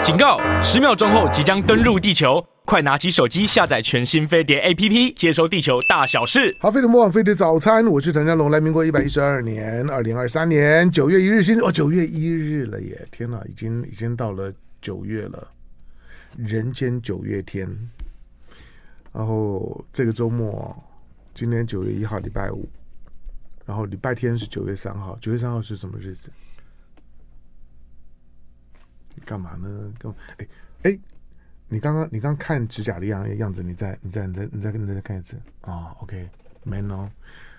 警告！10秒钟后即将登陆地球，快拿起手机下载全新飞碟 APP， 接收地球大小事。 好，飞碟魔网飞碟早餐，我是陈家龙，来民国112年2023年9月1日星期9月1日了耶！天哪，已经到了9月了，人间9月天。然后这个周末，今天9月1号礼拜五，然后礼拜天是9月3号。9月3号是什么日子？你干嘛呢？你刚看指甲的样子，你再看一次啊 ？OK， man 哦。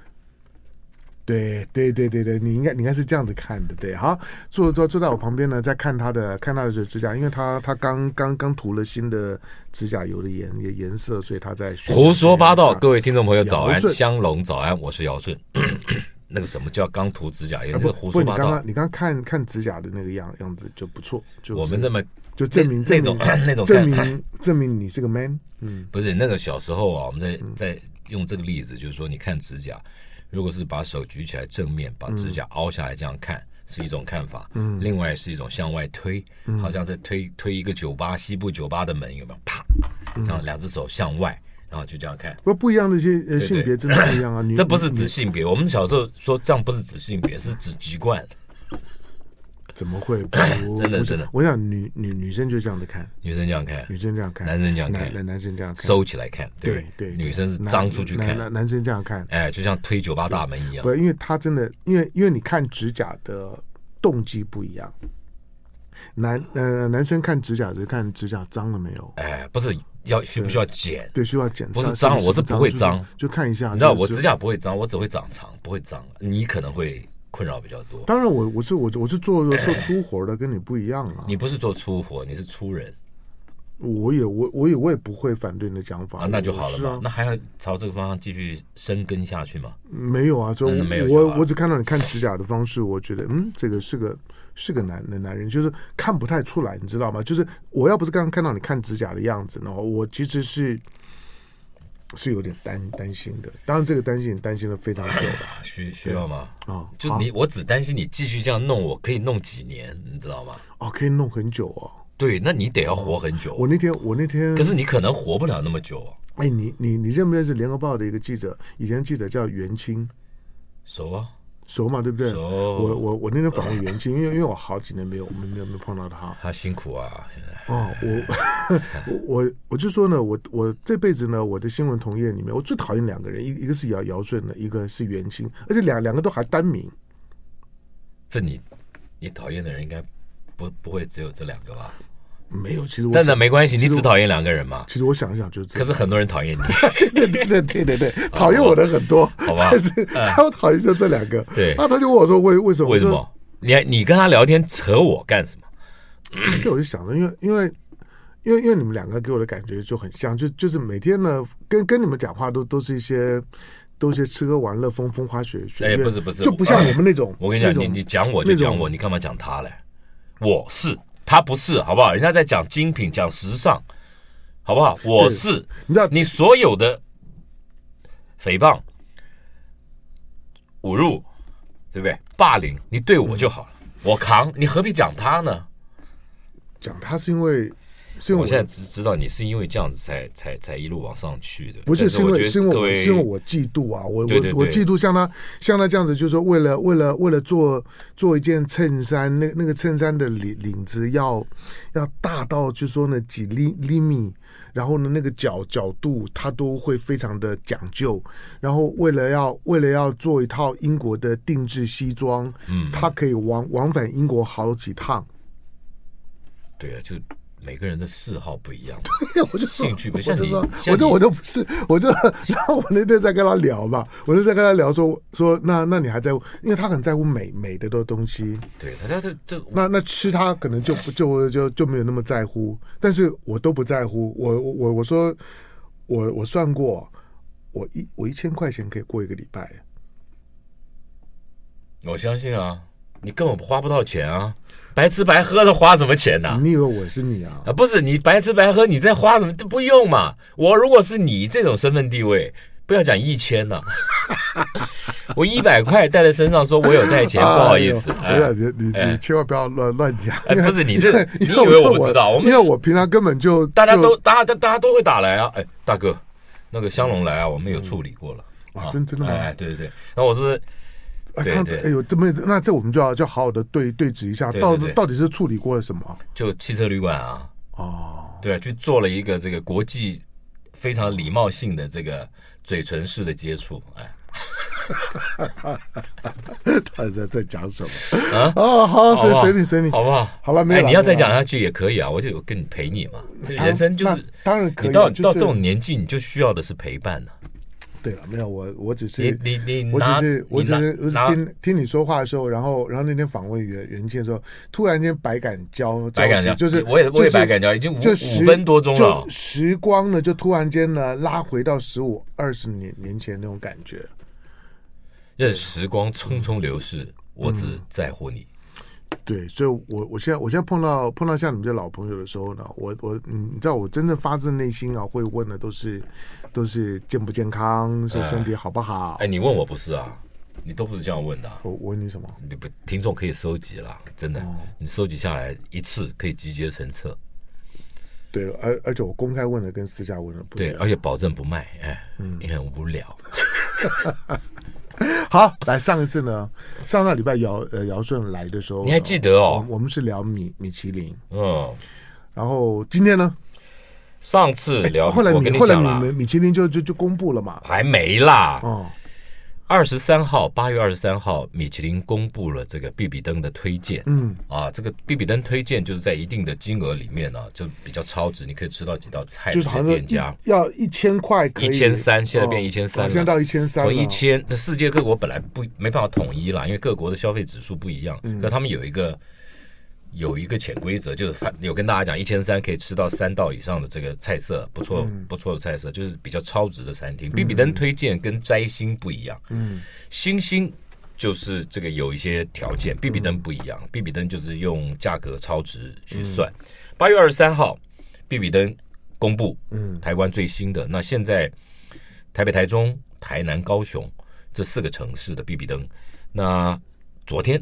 对，你应该是这样子看的，对。好，坐在我旁边呢，在看他的指甲，因为他刚涂了新的指甲油的颜色，所以他在胡说八道。各位听众朋友早安，香龙早安，我是姚顺。那个什么叫刚涂指甲油？这个胡说八道。 你刚看指甲的那个样子就不错， 我们那么就证明你是个 man。 不是那个小时候啊，我们在用这个例子，就是说你看指甲。如果是把手举起来正面，把指甲凹下来这样看，是一种看法。另外是一种向外推，好像在推一个酒吧，西部酒吧的门，有没有？啪，这样两只手向外，然后就这样看。 不一样的一些性别真的不一样啊！ 这不是指性别，我们小时候说这样不是指性别，是指籍贯。 怎么会？ 真的， 我想女生就这样子看， 女生这样看， 女生这样看， 男生这样看， 男生这样看， 收起来看， 对， 女生是张出去看， 男生这样看， 就像推酒吧大门一样。 不，因为他真的，因为你看指甲的动机不一样。男生看指甲是看指甲脏了没有？ 不是需不需要剪？ 对，需要剪。 不是脏，我是不会脏， 就看一下。 你知道我指甲不会脏，我只会长长，不会脏。你可能会困扰比较多。 当然我是做粗活的，跟你不一样啊。 你不是做粗活，你是粗人。我也不会反对你的讲法那就好了嘛。那还要朝这个方向继续深耕下去吗？ 没有啊，所以我只看到你看指甲的方式，我觉得这个是个男人，就是看不太出来，你知道吗？就是我要不是刚刚看到你看指甲的样子呢，我其实是有点担心的。当然这个担心了非常久了。 需要吗？就我只担心你继续这样弄，我可以弄几年，你知道吗？ 可以弄很久哦。 对，那你得要活很久。 我那天，可是你可能活不了那么久哦。 你认不认识联合报的一个记者？以前记者叫袁清，熟嘛，对不对？ 熟。 我那天访问袁清，因为我好几年没有碰到他。 他辛苦啊，现在。 我就说呢，我这辈子呢，我的新闻同业里面，我最讨厌两个人，一个是姚顺的，一个是袁清，而且两个都还单名。 这你讨厌的人应该不会只有这两个吧？ 没有，其实但那没关系，你只讨厌两个人嘛。 其实我想一想就是这样。 可是很多人讨厌你。 对，讨厌我的很多， 好吧？ 但是他要讨厌就这两个。 对， 他就问我说为什么？ 为什么？你跟他聊天扯我干什么？ 我就想着，因为你们两个给我的感觉就很像，就是每天呢跟你们讲话都是一些吃喝玩乐风花雪月。 不是， 就不像我们那种。 我跟你讲，你讲我就讲我，你干嘛讲他嘞？我是。他不是，好不好？人家在讲精品，讲时尚，好不好？我是， 你知道， 你所有的诽谤、侮辱，对不对？霸凌，你对我就好了，我扛，你何必讲他呢？ 讲他是因为我现在只知道你是因为这样子才一路往上去的， 不是？是因为我嫉妒啊！我嫉妒像他这样子，就是说为了做一件衬衫，那个衬衫的领子要大到就是说呢几厘米，然后呢那个角度它都会非常的讲究，然后为了要做一套英国的定制西装，它可以往返英国好几趟。 对啊，就。每个人的嗜好不一样， 对，我就兴趣不像你， 我就不是，然后我那天在跟他聊嘛，说那你还在乎，因为他很在乎美的东西， 对，他这那吃他可能就没有那么在乎，但是我都不在乎，我说我算过，我1000块钱可以过一个礼拜， 我相信啊，你根本花不到钱啊。白吃白喝的花什么钱呢？ 你以为我是你啊？ 不是，你白吃白喝，你在花什么都不用嘛。我如果是你这种身份地位， 不要讲1000了，我100块带在身上，说我有带钱，不好意思。 你千万不要乱讲。 不是你这，你以为我不知道？ 因为我平常根本就大家都会打来啊。哎，大哥，那个香龙来啊，我们有处理过了。 真的吗？ 哎，对对对。那我是。对， 哎呦，那这我们就要好好的对质一下，到底是处理过了什么？ 就汽车旅馆啊，对，去做了一个这个国际非常礼貌性的这个嘴唇式的接触，哎， 他在讲什么啊？好，随你， 好不好？ 好了，没有， 你要再讲下去也可以啊，我就跟你陪你嘛。人生就是当然可以， 你到这种年纪，你就需要的是陪伴呢。 对了，没有我只是我只是听你说话的时候，然后那天访问袁倩的时候，突然间百感交集，就是我也百感交集，已经5分多钟了， 就时光呢就突然间呢拉回到15-20年前那种感觉。 任时光匆匆流逝，我只在乎你。 对，所以我现在碰到像你们这老朋友的时候呢，你知道我真正发自内心啊会问的都是健不健康，是身体好不好？ 哎，你问我不是啊，你都不是这样问的。 我问你什么？ 你不听众可以收集啦，真的，你收集下来一次可以集结成册。 对，而且我公开问的跟私下问的不一样。 对，而且保证不卖，你很无聊。 好，来上一次呢，上礼拜尧舜来的时候， 你还记得哦？ 我们是聊米其林，然后今天呢， 上次聊， 后来米其林就公布了嘛， 还没啦8月23号，米其林公布了这个必比登的推荐。这个必比登推荐就是在一定的金额里面呢，就比较超值，你可以吃到几道菜。 就是好像店家要1000块可以 ，1300，现在变1300了， 现在到1300。 从1000，那世界各国本来没办法统一啦，因为各国的消费指数不一样。可他们有一个潜规则，就是有跟大家讲，1300可以吃到3道以上的这个菜色，不错的菜色，就是比较超值的餐厅。必比登推荐跟摘星不一样，星星就是这个有一些条件，必比登不一样，必比登就是用价格超值去算。8月23号，必比登公布，台湾最新的。那现在台北、台中、台南、高雄这4个城市的必比登，那昨天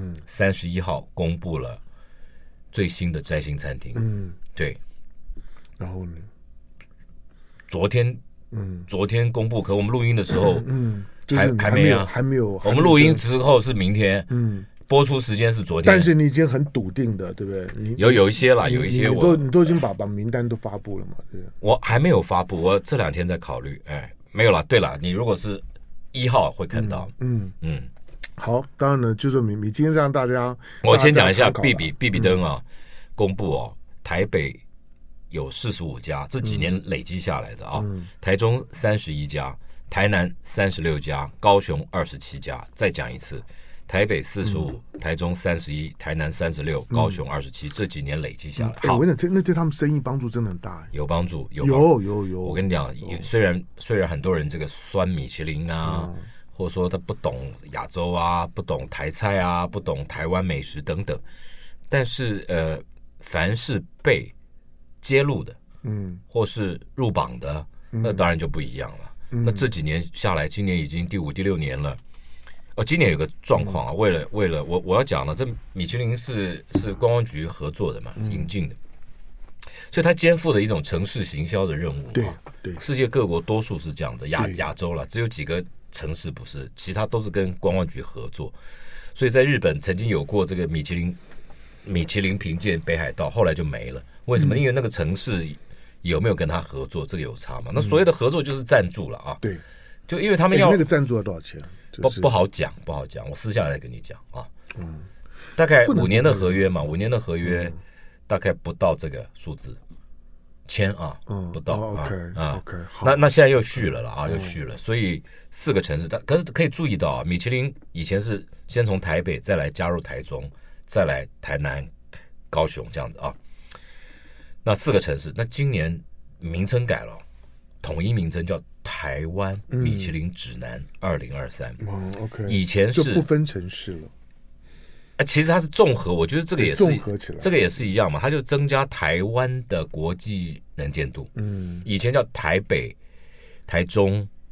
31号公布了最新的摘星餐厅，对， 然后呢？ 昨天公布，可我们录音的时候，还没有。我们录音之后是明天，播出时间是昨天。 但是你已经很笃定的，对不对？ 有一些啦，有一些你都已经把名单都发布了嘛？对。 我还没有发布，我这2天在考虑。没有啦。对了，你如果是1号会看到， 好，当然呢，就是米其林让大家， 我先讲一下必比登啊，公布台北有45家，这几年累积下来的啊，台中31家，台南36家，高雄27家。再讲一次，台北45，台中31，台南36，高雄27，这几年累积下来。 好，我跟你讲，那对他们生意帮助真的很大。 有帮助，有。我跟你讲，虽然很多人这个酸米其林啊。或者说他不懂亚洲啊，不懂台菜啊，不懂台湾美食等等，但是凡是被揭露的，或是入榜的，那当然就不一样了。那这几年下来，今年已经第5、第6年了。今年有个状况啊，为了我要讲了，这米其林是观光局合作的嘛，引进的，所以他肩负的一种城市行销的任务。 对， 世界各国多数是这样的，亚洲了，只有几个城市不是，其他都是跟观光局合作。所以在日本曾经有过这个米其林评鉴北海道，后来就没了。为什么？因为那个城市有没有跟他合作，这个有差嘛？那所谓的合作就是赞助了啊。 对， 就因为他们要那个赞助要多少钱？ 不好讲，我私下来跟你讲啊。大概5年的合约嘛，5年的合约大概不到这个数字。签不到 OK， 那现在又续了啦又续了，所以4个城市，可是可以注意到啊，米其林以前是先从台北，再来加入台中，再来台南、高雄这样子啊。那4个城市，那今年名称改了，统一名称叫台湾米其林指南2023。 OK， 以前是就不分城市了。 其实它是综合，我觉得这个也是综合起来， 这个也是一样嘛，它就增加台湾的国际能见度。以前叫台北、台中、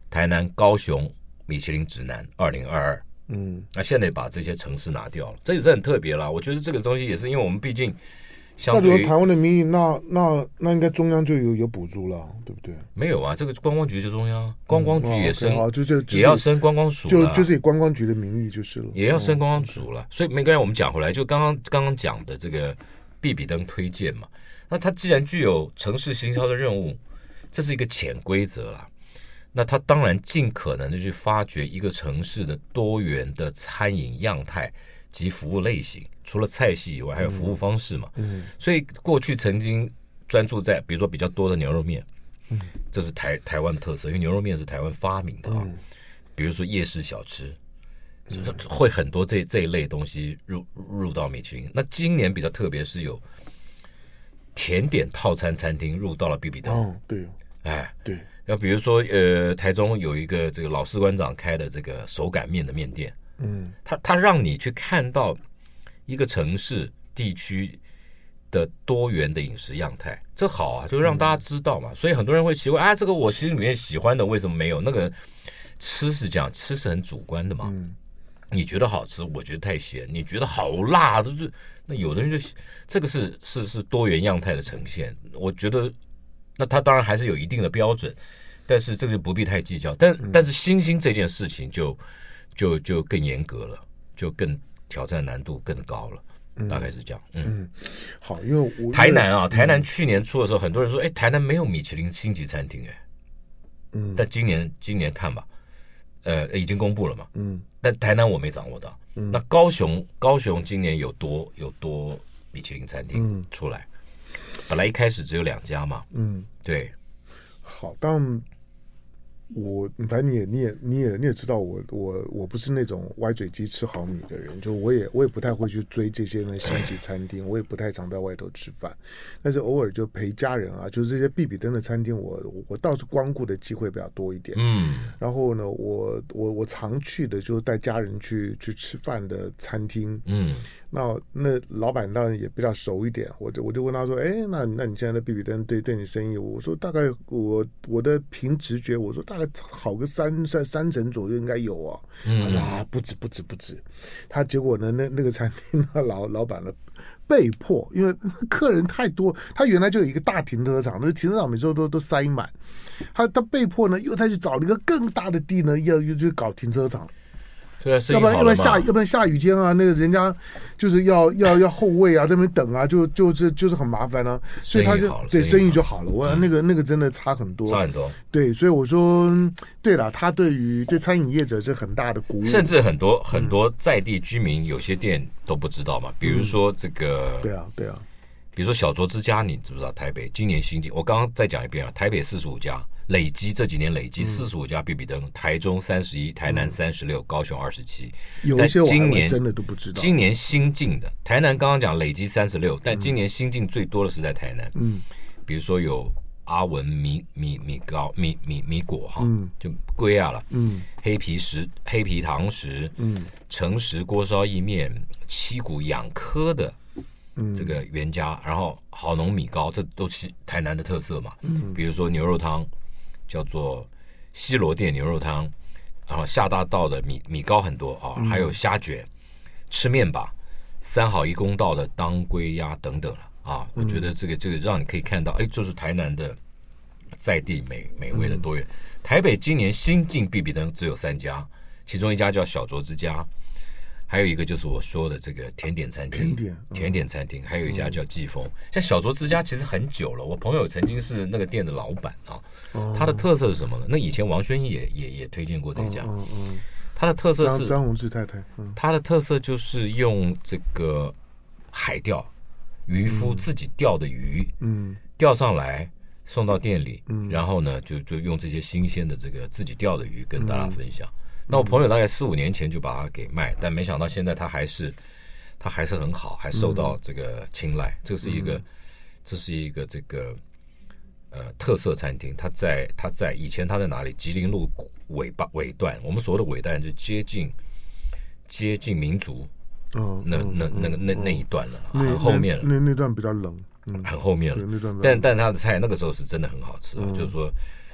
台南、高雄米其林指南2022。那现在把这些城市拿掉了，这也是很特别啦。我觉得这个东西也是因为我们毕竟相对于台湾的民意，那应该中央就有补助了，对不对？ 没有啊，这个观光局就中央，观光局也升， 也要升观光署了， 就是以观光局的名义就是了， 也要升观光署了。所以没关系，我们讲回来，就刚刚讲的这个必比登推荐嘛，那它既然具有城市行销的任务，这是一个潜规则啦。那他当然尽可能的去发掘一个城市的多元的餐饮样态及服务类型，除了菜系以外，还有服务方式嘛。所以过去曾经专注在比如说比较多的牛肉面，这是台湾的特色，因为牛肉面是台湾发明的啊。比如说夜市小吃，就是会很多这一类东西入到米其林。那今年比较特别是有甜点套餐餐厅入到了必比登。 对， 哎， 对。 要比如说，台中有一个这个老士官长开的这个手擀面的面店，他让你去看到一个城市地区的多元的饮食样态，这好啊，就让大家知道嘛。所以很多人会奇怪啊，这个我心里面喜欢的为什么没有？那个吃是这样，吃是很主观的嘛。你觉得好吃，我觉得太咸；你觉得好辣，就是那有的人就这个是多元样态的呈现。我觉得。那他当然还是有一定的标准，但是这个就不必太计较。但是星星这件事情就更严格了，就更挑战难度更高了，大概是这样。 好，因为台南去年出的时候，很多人说，台南没有米其林星级餐厅，但今年看吧，已经公布了嘛，但台南我没掌握到。那高雄今年有多米其林餐厅出来。本来一开始只有2家嘛，对。 好，但反正你也知道我不是那种歪嘴鸡吃好米的人，就我也不太会去追这些星级餐厅，我也不太常在外头吃饭，但是偶尔就陪家人啊，就是这些必比登的餐厅，我倒是光顾的机会比较多一点。然后呢，我常去的就是带家人去吃饭的餐厅。那老板当然也比较熟一点，我就问他说，那你现在的必比登对你生意，我说大概我的凭直觉，我说大概好个三成左右应该有啊。他说不止，他结果呢那个餐厅的老板呢被迫，因为客人太多，他原来就有一个大停车场，那停车场每周都塞满，他被迫呢又再去找了一个更大的地呢，又去搞停车场。 对啊， 要不然下雨天啊，那个人家就是要后位啊，在那边等啊，就是很麻烦啊，所以他就对生意就好了。我那个真的差很多，对，所以我说对了，他对餐饮业者是很大的鼓舞， 甚至很多在地居民有些店都不知道嘛，比如说这个， 对啊， 比如说小酌之家，你知不知道？台北今年新进，我刚刚再讲一遍啊，台北45家。这几年累积45家必比登，台中31，台南36，高雄27。 有一些我真的都不知道。 今年新进的，台南刚刚讲累积36，但今年新进最多的是在台南。比如说有阿文米果哈，就龟亚了。黑皮糖食，诚实锅烧意面，七股养科的这个原家，然后好农米糕，这都是台南的特色嘛。比如说牛肉汤。叫做西罗店牛肉汤，然后下大道的米糕很多啊，还有虾卷、吃面吧、3好1公道的当归鸭等等了啊。我觉得这个让你可以看到，就是台南的在地美味的多元。台北今年新进必比登只有3家，其中一家叫小酌之家，还有一个就是我说的这个甜点餐厅，甜点餐厅，还有一家叫季风。像小酌之家其实很久了，我朋友曾经是那个店的老板啊。它的特色是什么呢？那以前王轩逸也推荐过这家。它的特色是张宏志太太。 它的特色就是用这个海钓，渔夫自己钓的鱼，钓上来送到店里，然后呢就用这些新鲜的这个自己钓的鱼跟大家分享。那我朋友大概4-5年前就把它给卖，但没想到现在它还是很好，还受到这个青睐。这是一个这个特色餐厅。它在以前它在哪里？吉林路尾段，我们所谓的尾段就接近民族那一段了，很后面了。 那段比较冷， 很后面了。但它的菜那个时候是真的很好吃啊，就是说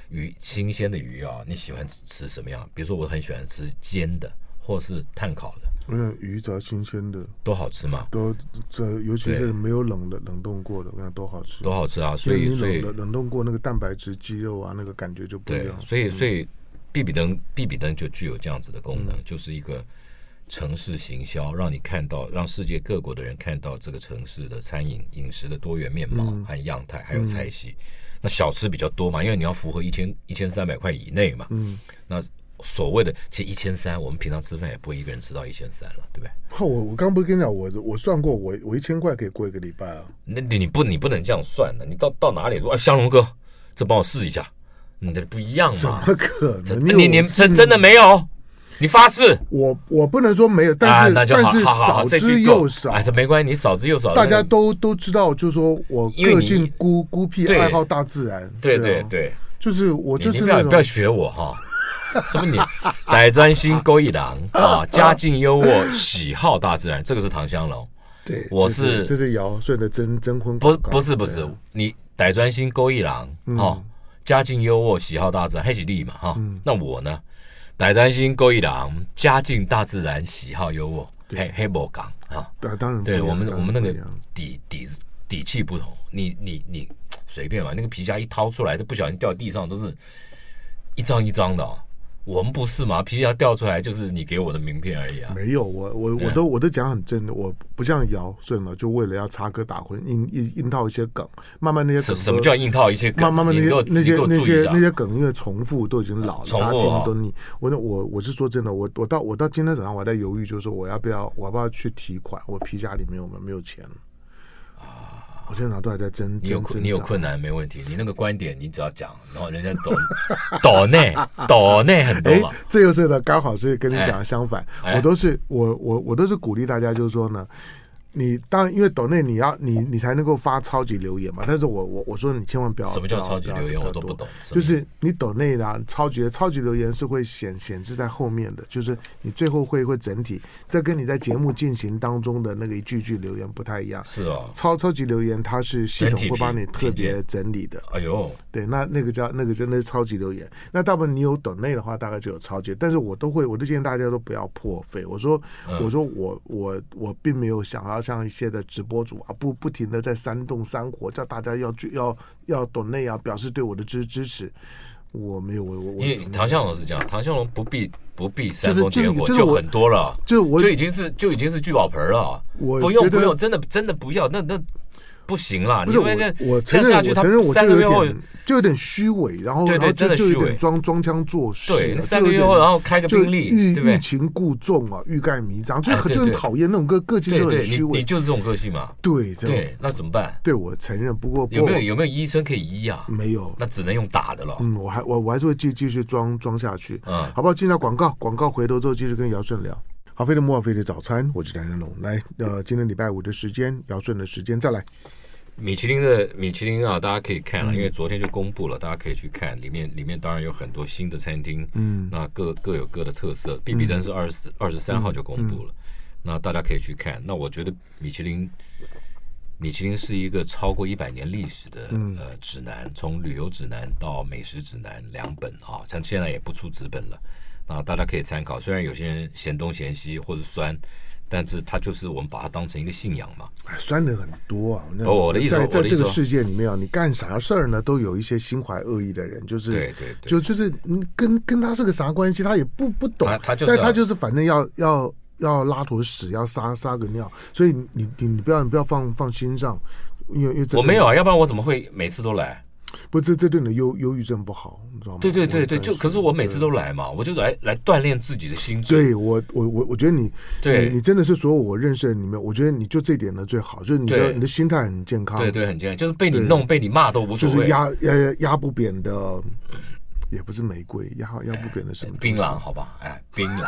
鱼新鲜的鱼啊，你喜欢吃什么样？比如说我很喜欢吃煎的，或是炭烤的。 鱼只要新鲜的都好吃嘛， 尤其是没有冷冻过的，我看都好吃， 都好吃啊。所以冷冻过那个蛋白质鸡肉啊，那个感觉就不一样。 所以必比登就具有这样子的功能，就是一个城市行销，让你看到，让世界各国的人看到这个城市的餐饮饮食的多元面貌和样态，还有菜系。那小吃比较多嘛，因为你要符合1300块以内嘛。那所谓的其实1300，我们平常吃饭也不会一个人吃到1300了，对不对？ 我刚不是跟你讲，我算过，我1000块可以过一个礼拜啊。 那你不能这样算的，你到哪里？香龙哥，这帮我试一下，你的不一样嘛？ 怎么可能？ 你真的没有？你发誓？ 我不能说没有，但是少之又少。 哎，这没关系，你少之又少。 大家都知道，就是说我个性孤僻，爱好大自然。 对， 就是我就是你不要学我哈。什么你歹专心勾一郎啊，家境优渥，喜好大自然，这个是唐香龙。 对， 这是尧舜的征婚。 不是，你歹专心勾一郎啊，家境优渥，喜好大自然，黑喜力嘛哈。那我呢，歹专心勾一郎，家境大自然，喜好优渥，黑某港啊。 当然， 对我们那个底气不同。你随便嘛，那个皮夹一掏出来，就不小心掉地上，都是一张一张的啊。我们不是嘛？皮夹掉出来就是你给我的名片而已啊！ 没有，我都讲很真的，我不像尧舜了，就为了要插科打诨，硬套一些梗，慢慢那些梗。 什么叫硬套一些梗？ 慢慢那些梗因为重复都已经老了，大家听不懂你。我是说真的，我到今天早上我还在犹豫，就是说我要不要去提款？我皮夹里面没有钱了。我现在哪都还在争， 你有困难没问题，你那个观点你只要讲，然后人家抖内很多嘛。 这又是呢，刚好是跟你讲的相反。我都是鼓励大家，就是说呢，你当然因为抖内你才能够发超级留言嘛，但是我说你千万不要。 什么叫超级留言？我都不懂。 就是你抖内啦，超级留言是会显示在后面的，就是你最后会整体，这跟你在节目进行当中的那个一句句留言不太一样。 是哦， 超级留言它是系统会帮你特别整理的。 哎呦， 对，那个真的是超级留言。那大部分你有抖内的话，大概就有超级，但是我都建议大家都不要破费。我说我并没有想要像一些的直播主啊，不停的在煽动煽火，叫大家要抖内啊，表示对我的支持。我没有， 因为唐香龙是这样，唐香龙不必煽风点火，就很多了，就已经是聚宝盆了。不用，真的不要，那不行啦。 不是我承认，我就有点虚伪，然后就有点装腔作势。 对，3个月后然后开个宾利， 欲擒故纵啊，欲盖弥彰，就很讨厌那种个性就很虚伪。 你就是这种个性嘛？ 对， 那怎么办？ 对，我承认。不过有没有医生可以医啊？ 没有， 那只能用打的了。 我还是会继续装下去。好不好？进到广告回头之后继续跟尧舜聊。好，飞的莫非的早餐，我是谭仁龙。来，今天礼拜5的时间，尧舜的时间再来。 米其林啊，大家可以看了，因为昨天就公布了，大家可以去看。里面当然有很多新的餐厅，那各有各的特色。必比登是23号就公布了，那大家可以去看。那我觉得米其林是一个超过100年历史的指南，从旅游指南到美食指南2本啊，像现在也不出纸本了，那大家可以参考。虽然有些人嫌东嫌西或者酸。但是它就是我们把它当成一个信仰嘛， 酸的很多啊。 我的意思， 在这个世界里面啊，你干啥事儿呢，都有一些心怀恶意的人，就是对， 就是跟他是个啥关系，他也不懂，但他就是反正要拉坨屎，要撒个尿，所以你不要放心上，因为我没有啊，要不然我怎么会每次都来？ 不，这对你的忧郁症不好，你知道吗？ 对，就可是我每次都来嘛，我就来锻炼自己的心智。 对，我觉得你真的是所有我认识的里面，我觉得你就这点呢最好，就是你的心态很健康。 对，很健康，就是被你弄被你骂都无所谓， 就是压不扁的。也不是玫瑰，压不扁的什么？ 槟榔，好吧，槟榔，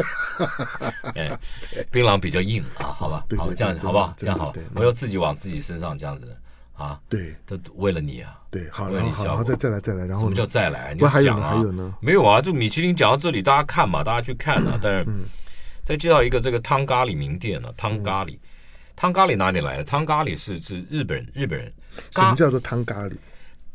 槟榔比较硬啊，好吧，好这样子，好不好？这样好，我要自己往自己身上这样子啊， 对， 都为了你啊， 对，好，然后再来，然后什么叫再来？ 不还有呢？ 没有啊，就米其林讲到这里，大家看嘛，大家去看啊。但是再介绍一个这个汤咖喱名店了，汤咖喱哪里来的？汤咖喱是日本人。 什么叫做汤咖喱？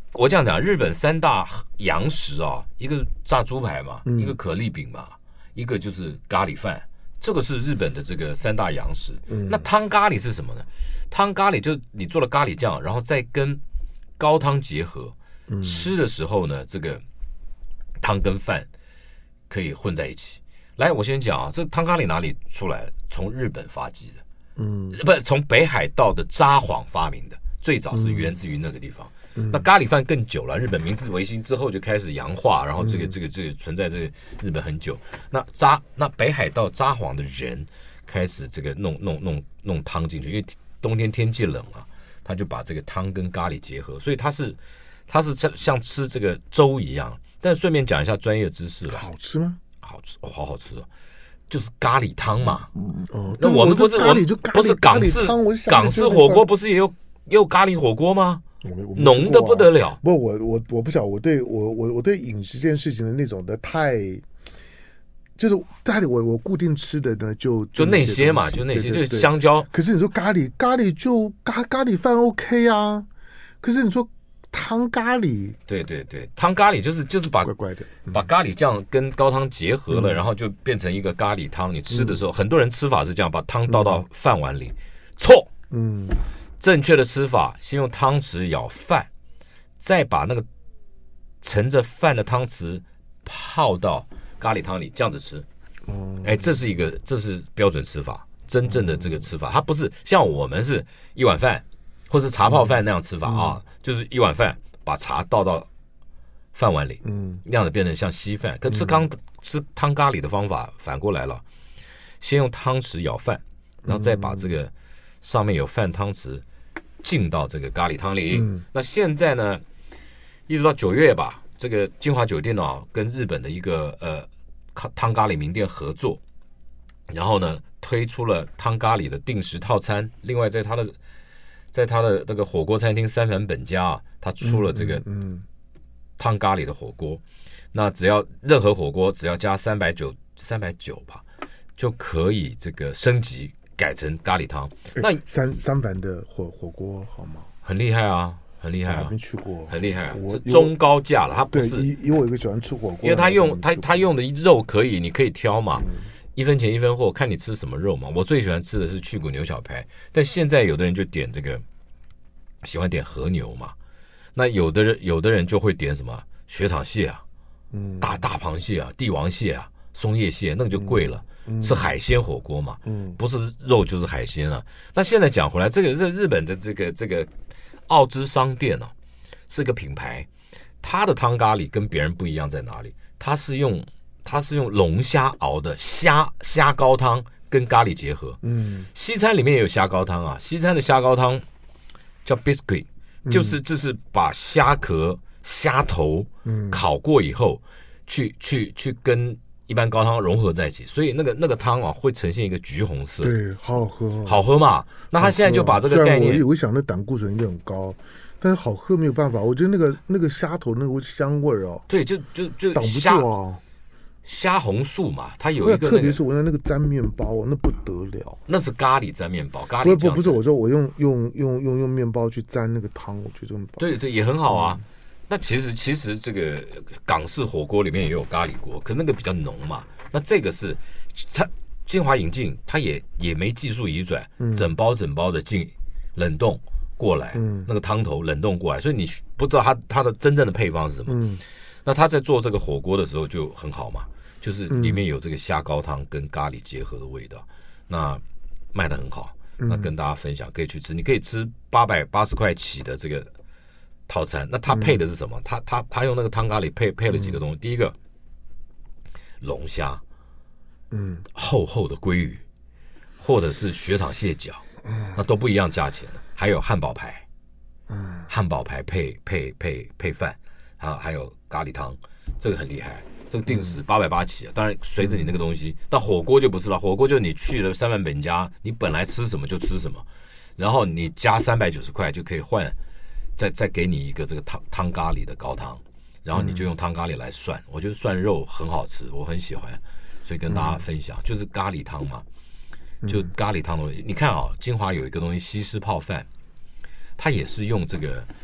我这样讲，日本三大洋食啊，一个炸猪排嘛，一个可丽饼嘛，一个就是咖喱饭，这个是日本的这个三大洋食。那汤咖喱是什么呢？汤咖喱就是你做了咖喱酱，然后再跟高汤结合，吃的时候呢，这个汤跟饭可以混在一起。来，我先讲啊，这汤咖喱哪里出来？从日本发迹的，不是从北海道的札幌发明的，最早是源自于那个地方。那咖喱饭更久了，日本明治维新之后就开始洋化，然后这个存在这个日本很久。那北海道札幌的人开始这个弄汤进去，因为冬天天气冷啊，他就把这个汤跟咖喱结合，所以它是像吃这个粥一样。但顺便讲一下专业知识了， 好吃吗？ 好吃哦，好好吃哦，就是咖喱汤嘛。 那我们不是港式火锅，不是也有咖喱火锅吗？浓的不得了。 不，我不晓得，我对饮食这件事情的那种的太，就是我固定吃的呢，就那些嘛，就那些，就是香蕉。 可是你说咖喱就咖喱饭 OK 啊，可是你说汤咖喱， 对，汤咖喱就是把怪怪的， 把咖喱酱跟高汤结合了，然后就变成一个咖喱汤。你吃的时候，很多人吃法是这样，把汤倒到饭碗里，错。正确的吃法，先用汤匙舀饭，再把那个盛着饭的汤匙泡到咖喱汤里，这样子吃。这是标准吃法，真正的这个吃法，它不是像我们是一碗饭或是茶泡饭那样吃法啊，就是一碗饭把茶倒到饭碗里，那样子变成像稀饭。可吃汤咖喱的方法反过来了，先用汤匙舀饭，然后再把这个上面有饭汤匙进到这个咖喱汤里。那现在呢，一直到9月吧，这个金华酒店啊，跟日本的一个汤咖喱名店合作，然后呢推出了汤咖喱的定时套餐。另外在他的这个火锅餐厅三反本家啊，他出了这个汤咖喱的火锅。那只要任何火锅只要加390吧，就可以这个升级改成咖喱汤。那三反的火锅好吗？ 很厉害啊，很厉害啊， 没去过， 很厉害啊，是中高价了。它不是， 以我一个喜欢吃火锅， 因为他用的肉你可以挑嘛，1分钱1分货，看你吃什么肉嘛。我最喜欢吃的是去骨牛小排，但现在有的人就点这个，喜欢点和牛嘛。那有的人就会点什么雪场蟹啊，大螃蟹啊，帝王蟹啊，松叶蟹，那个就贵了。是海鲜火锅嘛，不是肉就是海鲜啊。那现在讲回来，这个日本的这个奥之商店啊，是个品牌，它的汤咖喱跟别人不一样在哪里？它是用龙虾熬的虾高汤跟咖喱结合。西餐里面也有虾高汤啊，西餐的虾高汤叫 biscuit，就是把虾壳、虾头烤过以后，去跟一般高汤融合在一起，所以那个汤啊会呈现一个橘红色。 对，好喝， 好喝嘛。那他现在就把这个概念， 我想那胆固醇应该很高，但是好喝没有办法。我觉得那个虾头那个香味哦， 对，就挡不住啊。 虾红素嘛，它有一个， 特别是我那个沾面包，那不得了。 那是咖喱沾面包，咖喱不是，我说我用面包去沾那个汤，我觉得很棒。 对，也很好啊。那其实这个港式火锅里面也有咖喱锅，可那个比较浓嘛。那这个是它金华引进，它也没技术移转，整包的进冷冻过来，那个汤头冷冻过来，所以你不知道它的真正的配方是什么。那他在做这个火锅的时候就很好嘛，就是里面有这个虾高汤跟咖喱结合的味道，那卖得很好。那跟大家分享，可以去吃，你可以吃880块起的这个套餐。那他配的是什么？他用那个汤咖喱配了几个东西。第一个，龙虾，厚厚的鲑鱼，或者是雪场蟹脚，那都不一样价钱的。还有汉堡排，汉堡排配饭，还有咖喱汤，这个很厉害。这个定时880起啊，当然随着你那个东西。但火锅就不是了，火锅就你去了三万本家，你本来吃什么就吃什么，然后你加390块就可以换。再给你一个这个汤咖喱的高汤，然后你就用汤咖喱来涮，我觉得涮肉很好吃，我很喜欢，所以跟大家分享，就是咖喱汤嘛，就咖喱汤的东西。你看啊，金华有一个东西西施泡饭，它也是用这个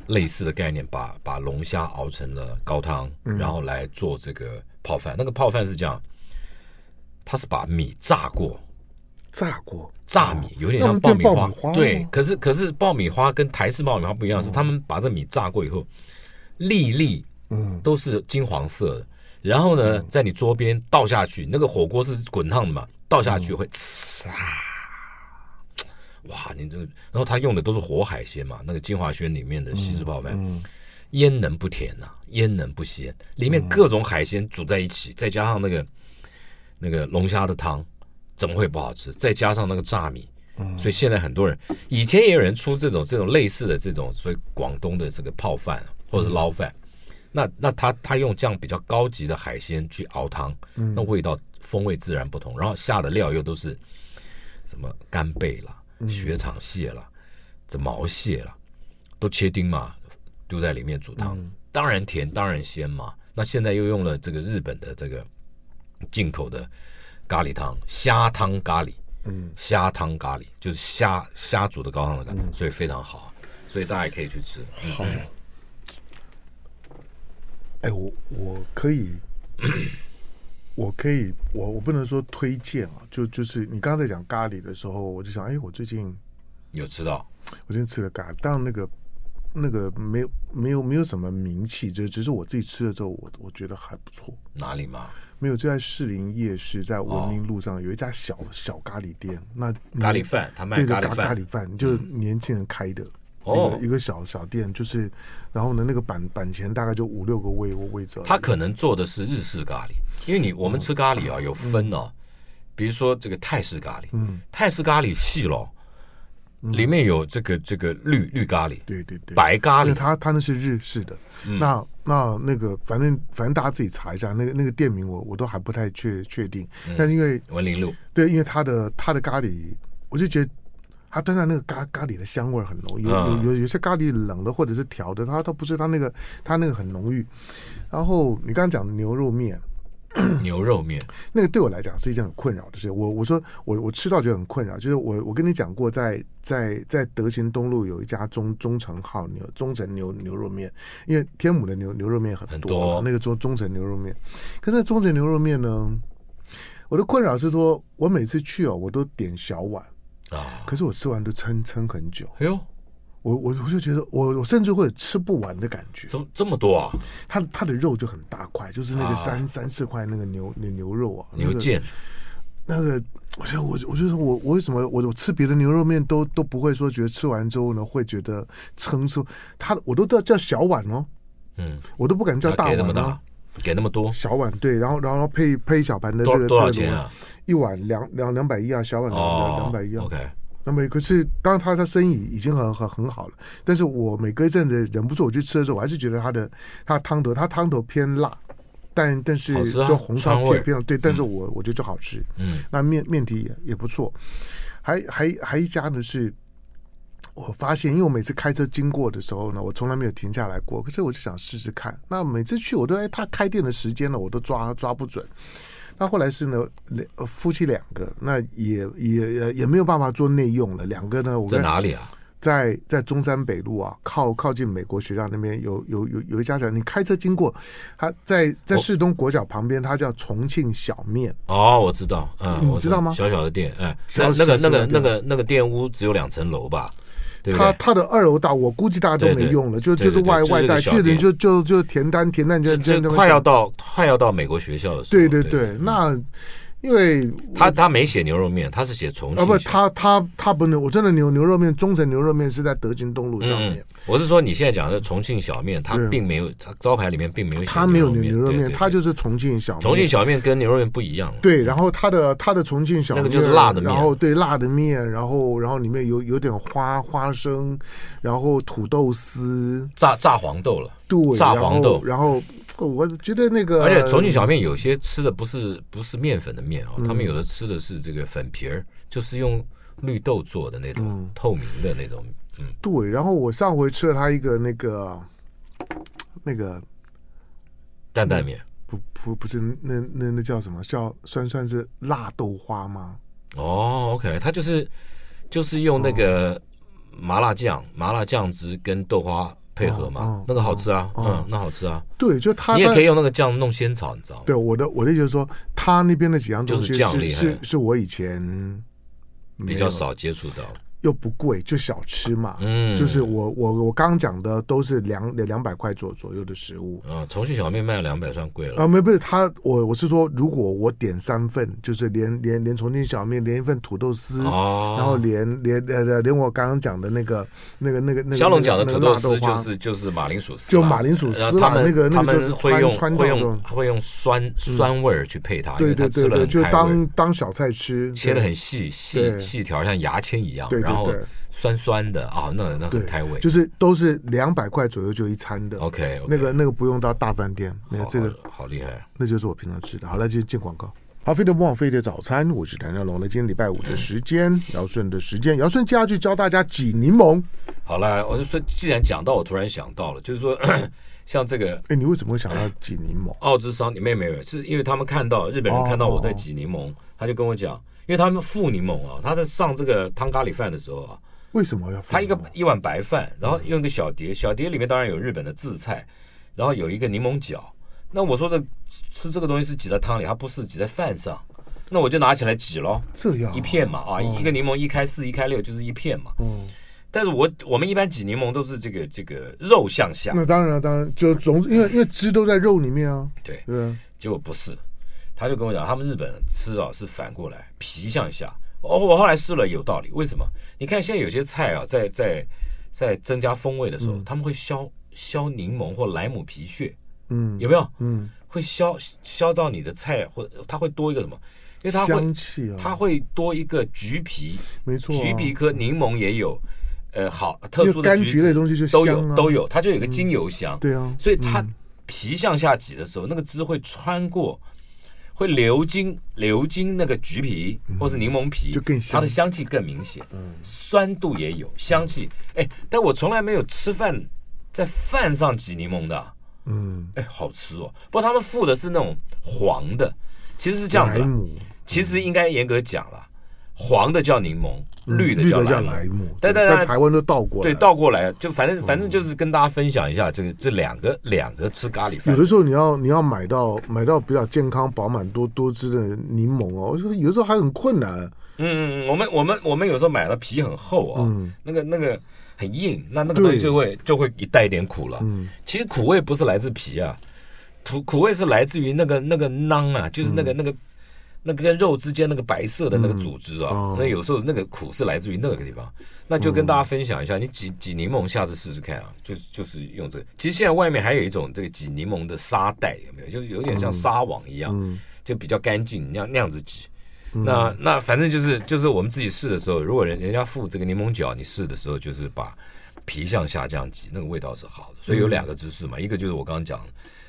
类似的概念，把龙虾熬成了高汤，然后来做这个泡饭。那个泡饭是这样，它是把米炸米，有点像爆米花。对，可是爆米花跟台式爆米花不一样，是他们把这米炸过以后，粒都是金黄色的。然后呢，在你桌边倒下去，那个火锅是滚烫的嘛，倒下去会哇，你这个，然后他用的都是活海鲜嘛，那个金华轩里面的西式泡饭，腌能不甜啊，腌能不鲜，里面各种海鲜煮在一起，再加上那个龙虾的汤，怎么会不好吃？再加上那个炸米，所以现在很多人，以前也有人出这种类似的这种，所以广东的这个泡饭或者是捞饭，那他用这样比较高级的海鲜去熬汤，那味道风味自然不同，然后下的料又都是什么干贝啦。雪场蟹啦，这毛蟹啦，都切丁嘛，丢在里面煮汤，当然甜，当然鲜嘛。那现在又用了这个日本的这个进口的咖喱汤，虾汤咖喱，虾汤咖喱就是虾煮的高汤的咖喱，所以非常好，所以大家也可以去吃。好， 我可以。我不能说推荐啊，就是你刚才在讲咖喱的时候，我就想，我最近有吃到， 我最近吃了咖喱，当然那个没有什么名气，只是我自己吃了之后，我觉得还不错。 哪里嘛？ 没有，就在士林夜市，在文明路上有一家小咖喱店，那咖喱饭，他卖咖喱饭，就是年轻人开的。一个小店，就是然后呢，那个板前大概就5-6个位置。 他可能做的是日式咖喱，因为我们吃咖喱啊有分哦，比如说这个泰式咖喱，泰式咖喱细咯，里面有这个绿咖喱， 对， 白咖喱， 他那是日式的，那个反正大家自己查一下，那个店名我都还不太确定，但是因为文林路， 对，因为他的咖喱，我就觉得。它当然那个咖喱的香味很浓，有些咖喱冷的或者是调的，它不是它那个很浓郁。然后你刚刚讲的牛肉面那个对我来讲是一件很困扰的事。我说我吃到觉得很困扰，就是我跟你讲过，在德行东路有一家中诚牛肉面，因为天母的牛肉面很多，那个中诚牛肉面。可是中诚牛肉面呢，我的困扰是说，我每次去我都点小碗。可是我吃完都撑很久。哎呦，我就觉得我甚至会有吃不完的感觉。 这么多啊？ 它的肉就很大块，就是那个3-4块那个牛肉啊， 牛腱。 那个，我就说我为什么我吃别的牛肉面都不会说觉得吃完之后呢会觉得撑出我都叫小碗哦，我都不敢叫大碗哦。 给那么多小碗，对，然后配一小盘的这个多少钱啊？ 一碗210啊，小碗210啊。 OK， 那么可是当然他生意已经很好了，但是我每隔一阵子忍不住我去吃的时候，我还是觉得他的汤头偏辣，但是就红烧偏对，但是我觉得就好吃。那面体也不错，还一家呢是。我发现，因为我每次开车经过的时候呢，我从来没有停下来过。可是我就想试试看。那每次去，我都他开店的时间呢，我都抓不准。那后来是呢，夫妻2个，那也没有办法做内用了。2个呢，我在哪里啊？ 在中山北路啊，靠近美国学校那边有一家小，你开车经过，它在市东国小旁边，它叫重庆小面。 哦，我知道， 你知道吗？ 小小的店，那个店屋只有2层楼吧？ 它的2楼大，我估计大家都没用了，就是外带，去的人就填单就快要到美国学校的时候。 对，那因为他没写牛肉面，他是写重庆。 不，他不能，我真的牛肉面，中诚牛肉面是在德行东路上面。 我是说你现在讲的重庆小面，它并没有，它招牌里面并没有写它没有牛肉面，它就是重庆小面。 重庆小面跟牛肉面不一样。 对，然后它的重庆小面那个就是辣的面， 然后对辣的面，然后里面有点花生，然后土豆丝， 炸黄豆了。 对， 炸黄豆， 然后我觉得那个， 而且重庆小面有些吃的不是面粉的面他们有的吃的是这个粉皮儿，就是用绿豆做的那种透明的那种。 对，然后我上回吃了他一个那个担担面， 不是那叫什么？算是辣豆花吗？ 哦 ，OK， 它就是用那个麻辣酱汁跟豆花配合嘛，那个好吃啊，那好吃啊。 对，就它你也可以用那个酱弄仙草，你知道吗？ 对，我的意思就是说，他那边的几样东西是我以前比较少接触到。 又不贵，就小吃嘛，就是我刚刚讲的都是200块左右的食物。 重庆小面卖200算贵了。 不是我是说，如果我点3份，就是连重庆小面，连一份土豆丝，然后连我刚刚讲的那个香龙讲的土豆丝就是马铃薯丝， 就马铃薯丝啦，那个就是会用酸味儿去配它， 对，就当小菜吃， 切得很细条，像牙签一样，然后酸酸的啊，那很开胃， 就是都是200块左右就一餐的。 OK， 那个不用到大饭店，这个好厉害， 那就是我平常吃的。好了，就进广告。好，飞碟不枉费的早餐，我是谭家龙。那今天礼拜5的时间，尧舜的时间，尧舜接下去教大家挤柠檬。 好了，我就说，既然讲到，我突然想到了，就是说，像这个， 你为什么会想要挤柠檬？ 奥之商，没有，是因为他们日本人看到我在挤柠檬，他就跟我讲。因为他们附柠檬啊，他在上这个汤咖喱饭的时候啊， 为什么要附？ 他一碗白饭，然后用一个小碟，小碟里面当然有日本的渍菜，然后有一个柠檬角。那我说吃这个东西是挤在汤里，它不是挤在饭上，那我就拿起来挤咯， 这样一片嘛一个柠檬1开4 1开6就是一片嘛。但是我们一般挤柠檬都是这个肉向下。 那当然就因为汁都在肉里面啊。 对，结果不是。他就跟我讲，他们日本吃是反过来，皮向下。我后来试了，有道理。为什么？你看现在有些菜啊，在增加风味的时候，他们会削柠檬或莱姆皮屑，有没有？会削到你的菜，或它会多一个什么？因为它会香气啊， 它会多一个橘皮， 没错， 橘皮科柠檬也有，好特殊的柑橘类东西就香啊， 都有，它就有个精油香。 对啊， 所以它皮向下挤的时候，那个汁会穿过。会流经那个橘皮或是柠檬皮， 就更香， 它的香气更明显，酸度也有，香气。但我从来没有吃饭在饭上挤柠檬的，好吃哦。不过他们附的是那种黄的，其实是这样子啦。其实应该严格讲啦，黄的叫柠檬，绿的叫莱姆。 在台湾都倒过来， 对，倒过来，就反正就是跟大家分享一下这两个吃咖喱饭。 有的时候你要买到比较健康、饱满、多汁的柠檬哦，有的时候还很困难。 我们有时候买的皮很厚啊，那个很硬，那个东西就会带一点苦了。其实苦味不是来自皮啊，苦味是来自于那个囊啊，就是那个跟肉之间那个白色的那个组织啊，那有时候那个苦是来自于那个地方。那就跟大家分享一下，你挤柠檬，下次试试看啊，就是用这个。其实现在外面还有一种这个挤柠檬的沙袋，有没有？就有点像纱网一样，就比较干净，那样子挤。那反正就是我们自己试的时候，如果人家附这个柠檬角，你试的时候就是把皮向下这样挤，那个味道是好的。所以有2个姿势嘛，一个就是我刚刚讲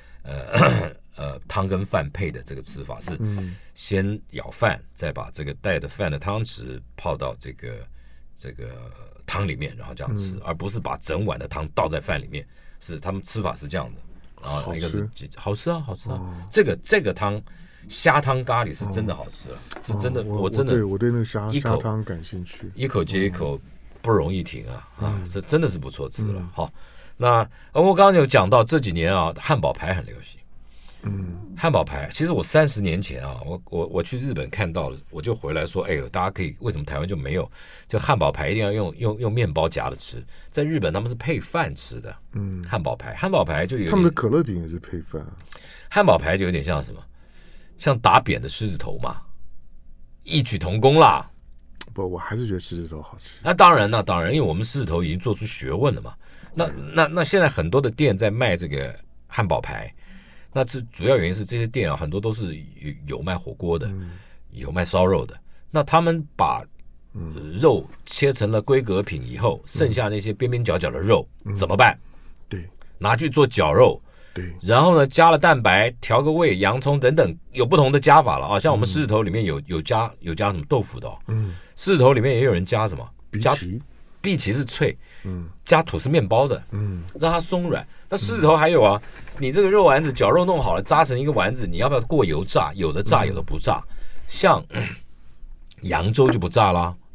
汤跟饭配的这个吃法是，先舀饭，再把这个带的饭的汤匙泡到这个汤里面，然后这样吃，而不是把整碗的汤倒在饭里面。是他们吃法是这样的。然后一个是好吃啊。这个汤虾汤咖喱是真的好吃了，是真的，我真的我对那个虾汤感兴趣， 一口接一口不容易停啊，这真的是不错吃了。好，那我刚刚有讲到这几年啊，汉堡排很流行。汉堡排，其实我30年前啊，我去日本看到了，我就回来说，大家可以，为什么台湾就没有？就汉堡排一定要用面包夹着吃，在日本他们是配饭吃的。汉堡排就有他们的可乐饼也是配饭。 汉堡排就有点像什么？像打扁的狮子头嘛，异曲同工啦。 不，我还是觉得狮子头好吃。 那当然，因为我们狮子头已经做出学问了嘛。那现在很多的店在卖这个汉堡排。那这主要原因是这些店啊，很多都是有卖火锅的，有卖烧肉的。那他们把肉切成了规格品以后，剩下那些边边角角的肉怎么办？ 对， 拿去做绞肉。 对， 然后呢，加了蛋白，调个味，洋葱等等，有不同的加法了啊。像我们狮子头里面有加什么豆腐的哦。狮子头里面也有人加什么？荸荠是脆，加吐司面包的，让它松软。那狮子头还有啊，你这个肉丸子绞肉弄好了，扎成一个丸子，你要不要过油炸？有的炸，有的不炸。像扬州就不炸啦，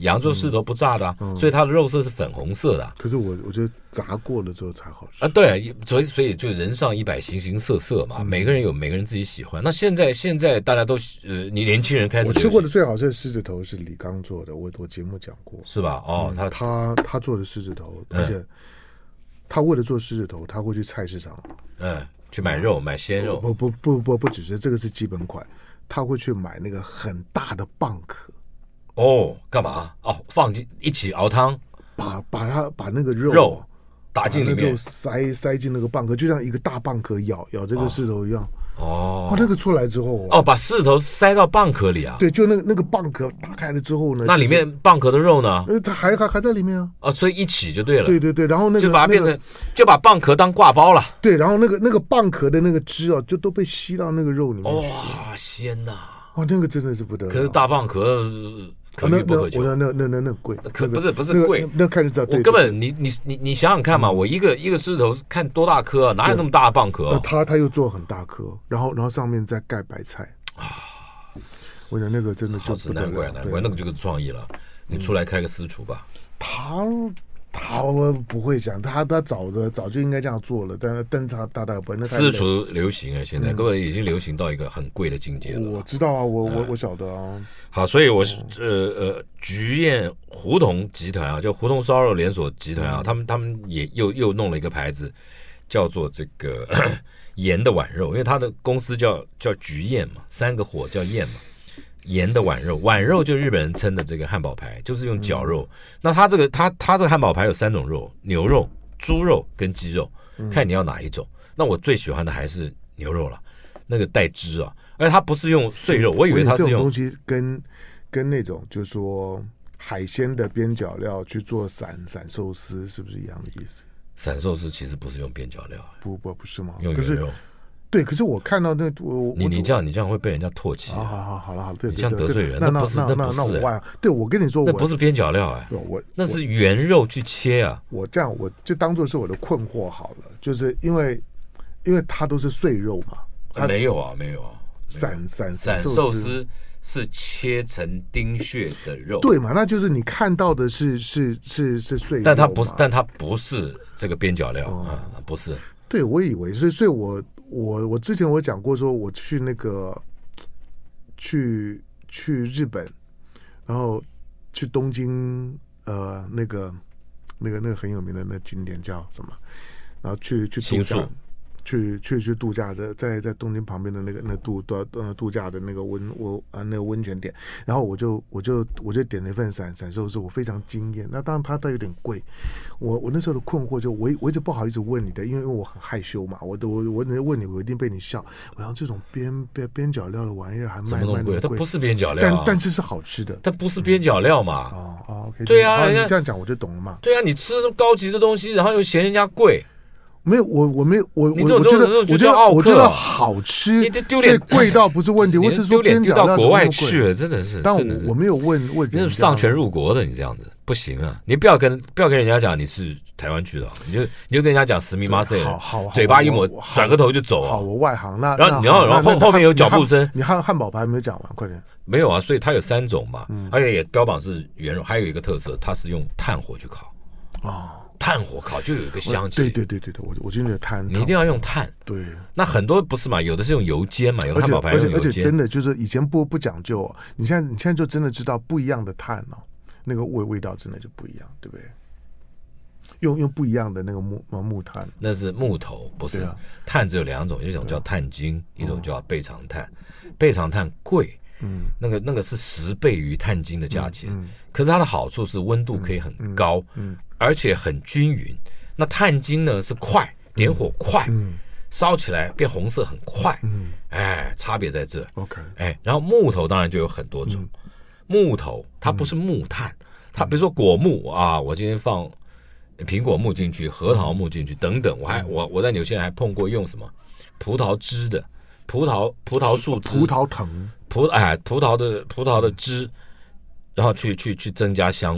羊做狮子头不炸的所以它的肉色是粉红色的。可是我觉得炸过了之后才好吃对，所以就人上100，形形色色嘛，每个人有每个人自己喜欢。那现在大家都你年轻人开始， 我吃过的最好吃的狮子头是李刚做的，我节目讲过， 是吧？ 他做的狮子头，而且他为了做狮子头，他会去菜市场， 去买肉，买鲜肉。 不只是这个是基本款，他会去买那个很大的蚌壳。 干嘛？放进一起熬汤， 把那个肉打进里面， 塞进那个蚌壳，就像一个大蚌壳咬这个狮头一样。那个出来之后把狮头塞到蚌壳里啊？ 对，就那个蚌壳打开了之后呢， 那里面蚌壳的肉呢？ 它还在里面啊。 所以一起就对了。 对，然后那个就把它变成，就把蚌壳当挂包了。 对，然后那个蚌壳的那个汁就都被吸到那个肉里面去。 哇，鲜呐！ 那个真的是不得了。 可是大蚌壳可遇不可求。 那贵， 不是贵， 那看就知道。 我根本你想想看嘛，我一个狮子头看多大颗，哪有那么大的蚌壳？ 他又做很大颗，然后上面再盖白菜我觉得那个真的就不得了。 难怪那个就是创意了。你出来开个私厨吧。 他不会想，他早就应该这样做了，但他大概不会。 私厨流行现在根本已经流行到一个很贵的境界了。 我知道我晓得好，所以我是菊宴胡同集团就胡同烧肉连锁集团他们也又弄了一个牌子，叫做这个盐的碗肉，因为他的公司叫菊宴嘛，3个火叫宴嘛。盐的碗肉就日本人称的这个汉堡排，就是用绞肉。那它这个汉堡排有3种肉：牛肉、猪肉跟鸡肉，看你要哪一种。那我最喜欢的还是牛肉了，那个带汁而且它不是用碎肉，我以为它是用这种东西跟那种就是说海鲜的边角料去做散寿司，是不是一样的意思？ 散寿司其实不是用边角料， 不是吗？ 用原肉。 对，可是我看到你这样会被人家唾弃。 好了，对， 你这样得罪人， 那我外对我跟你说， 那不是边角料那是原肉去切我这样我就当做是我的困惑好了，就是因为它都是碎肉嘛。 没有啊， 散寿司是切成丁屑的肉， 对嘛？那就是你看到的是碎肉， 但它不是这个边角料不是。 对，我以为，所以我之前我讲过说，我去那个去日本，然后去东京，那个很有名的那景点叫什么？然后去度假，去度假的，在东京旁边的那度假的那个温泉点，然后我就点了一份散寿司，我非常惊艳。那当然它有点贵，我那时候的困惑就我一直不好意思问你的，因为我很害羞嘛，我问你，我一定被你笑。然后这种边角料的玩意儿还卖那么贵， 它不是边角料但是好吃的， 它不是边角料嘛。 OK， 对啊， 你这样讲我就懂了嘛。 对啊，你吃高级的东西，然后又嫌人家贵。 没有，我没有，我觉得好吃，所以贵到不是问题。我只是说丢脸丢到国外去了，真的是。 但我没有问你是上权入国的，你这样子不行啊！你不要跟人家讲你是台湾去的，你就跟人家讲实名马赛，嘴巴一抹，转个头就走。 好，我外行。 然后后面有脚步声。 你汉堡排没有讲完，快点。 没有啊，所以它有3种嘛，而且也标榜是原肉，还有一个特色，它是用炭火去烤。炭火烤就有一个香气。 对，我觉得炭， 你一定要用炭。 对， 那很多不是嘛，有的是用油煎嘛，有的汉堡排用油煎。 而且真的就是以前不讲究，你现在就真的知道不一样的炭那个味道真的就不一样，对不对？用不一样的那个木炭， 那是木头，不是炭。只有2种，一种叫炭精，一种叫倍长炭。倍长炭贵，那个是10倍于炭精的价钱。可是它的好处是温度可以很高，而且很均匀。那炭精呢是快，点火快，烧起来变红色很快。差别在这。 OK， 然后木头当然就有很多种。木头它不是木炭，它比如说果木我今天放苹果木进去，核桃木进去等等。我在纽西兰还碰过用什么葡萄汁的葡萄树枝、 葡萄藤、 葡萄的汁。然后去增加香味，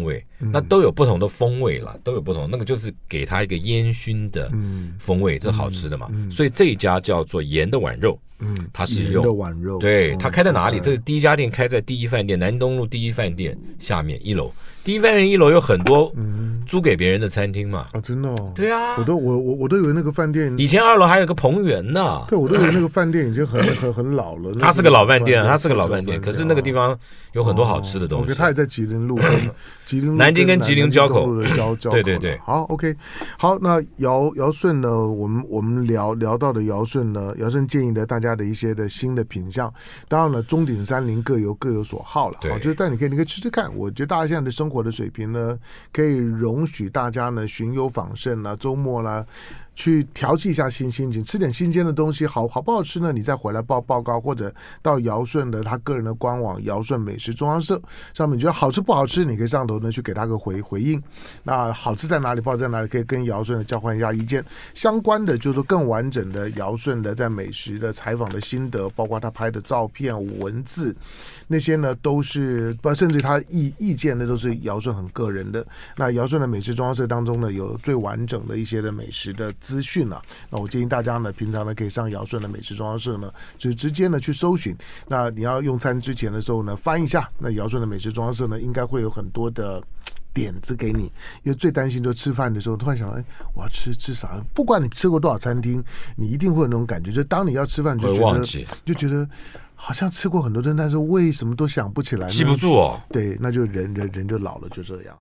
那都有不同的风味啦，都有不同，那个就是给它一个烟熏的风味，这是好吃的嘛。所以这一家叫做盐的碗肉，它是用盐的碗肉， 对，它开在哪里？这是第一家店开在第一饭店南东路第一饭店下面1楼。第一饭店1楼有很多租给别人的餐厅嘛。 真的哦。 对啊， 我都以为那个饭店以前2楼还有个彭园呢。 对，我都以为那个饭店已经很老了。 它是个老饭店，它是个老饭店，可是那个地方有很多好吃的东西。 它也在吉林路南京跟吉林交口的交口。对。好 ，OK， 好，那尧舜呢？我们聊到的尧舜呢，尧舜建议的大家的一些的新的品相，当然了，中鼎山林各有所好了。好，就是但你可以吃吃看。我觉得大家现在的生活的水平呢，可以容许大家呢寻幽访胜啦，周末啦，去调剂一下心情，吃点新鲜的东西，好不好吃呢？你再回来报告，或者到尧舜的他个人的官网尧舜美食中央社上面，你觉得好吃不好吃，你可以上头呢去给他个回应。那好吃在哪里，不好在哪里，可以跟尧舜的交换一下意见。相关的就是说更完整的尧舜的在美食的采访的心得，包括他拍的照片、文字那些呢，都是甚至他意见呢，都是尧舜很个人的。那尧舜的美食中央社当中呢，有最完整的一些的美食的资讯啊。那我建议大家呢，平常呢可以上尧舜的美食中央社呢，就直接呢去搜寻。那你要用餐之前的时候呢，翻一下那尧舜的美食中央社呢，应该会有很多的点子给你。因为最担心就吃饭的时候突然想到，我要吃啥？不管你吃过多少餐厅，你一定会有那种感觉，就当你要吃饭就觉得好像吃过很多顿，但是为什么都想不起来呢？ 记不住哦。 对，那就人就老了，就这样。